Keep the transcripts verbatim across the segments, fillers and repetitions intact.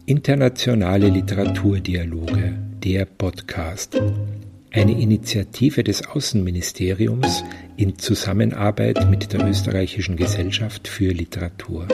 Internationale Literaturdialoge, der Podcast. Eine Initiative des Außenministeriums in Zusammenarbeit mit der Österreichischen Gesellschaft für Literatur.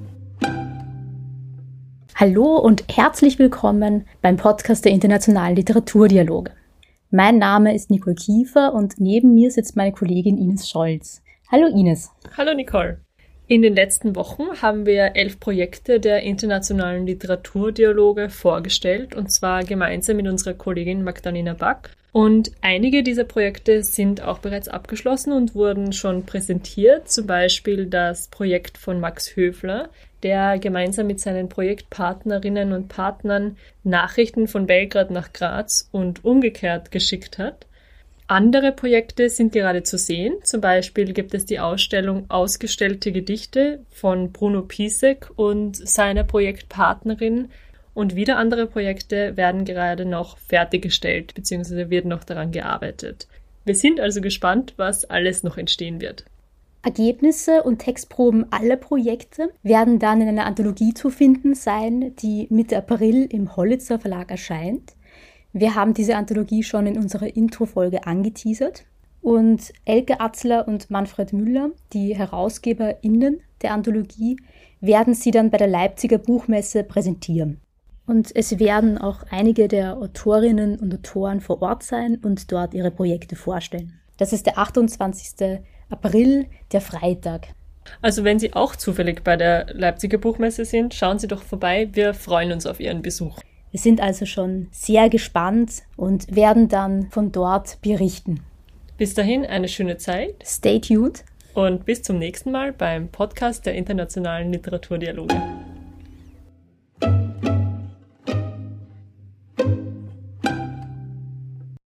Hallo und herzlich willkommen beim Podcast der Internationalen Literaturdialoge. Mein Name ist Nicole Kiefer und neben mir sitzt meine Kollegin Ines Scholz. Hallo Ines. Hallo Nicole. In den letzten Wochen haben wir elf Projekte der Internationalen Literaturdialoge vorgestellt, und zwar gemeinsam mit unserer Kollegin Magdalena Back. Und einige dieser Projekte sind auch bereits abgeschlossen und wurden schon präsentiert, zum Beispiel das Projekt von Max Höfler, der gemeinsam mit seinen Projektpartnerinnen und Partnern Nachrichten von Belgrad nach Graz und umgekehrt geschickt hat. Andere Projekte sind gerade zu sehen. Zum Beispiel gibt es die Ausstellung Ausgestellte Gedichte von Bruno Pisek und seiner Projektpartnerin. Und wieder andere Projekte werden gerade noch fertiggestellt, beziehungsweise wird noch daran gearbeitet. Wir sind also gespannt, was alles noch entstehen wird. Ergebnisse und Textproben aller Projekte werden dann in einer Anthologie zu finden sein, die Mitte April im Hollitzer Verlag erscheint. Wir haben diese Anthologie schon in unserer Intro-Folge angeteasert. Und Elke Atzler und Manfred Müller, die HerausgeberInnen der Anthologie, werden sie dann bei der Leipziger Buchmesse präsentieren. Und es werden auch einige der Autorinnen und Autoren vor Ort sein und dort ihre Projekte vorstellen. Das ist der achtundzwanzigster April, der Freitag. Also wenn Sie auch zufällig bei der Leipziger Buchmesse sind, schauen Sie doch vorbei. Wir freuen uns auf Ihren Besuch. Wir sind also schon sehr gespannt und werden dann von dort berichten. Bis dahin eine schöne Zeit. Stay tuned. Und bis zum nächsten Mal beim Podcast der Internationalen Literaturdialoge.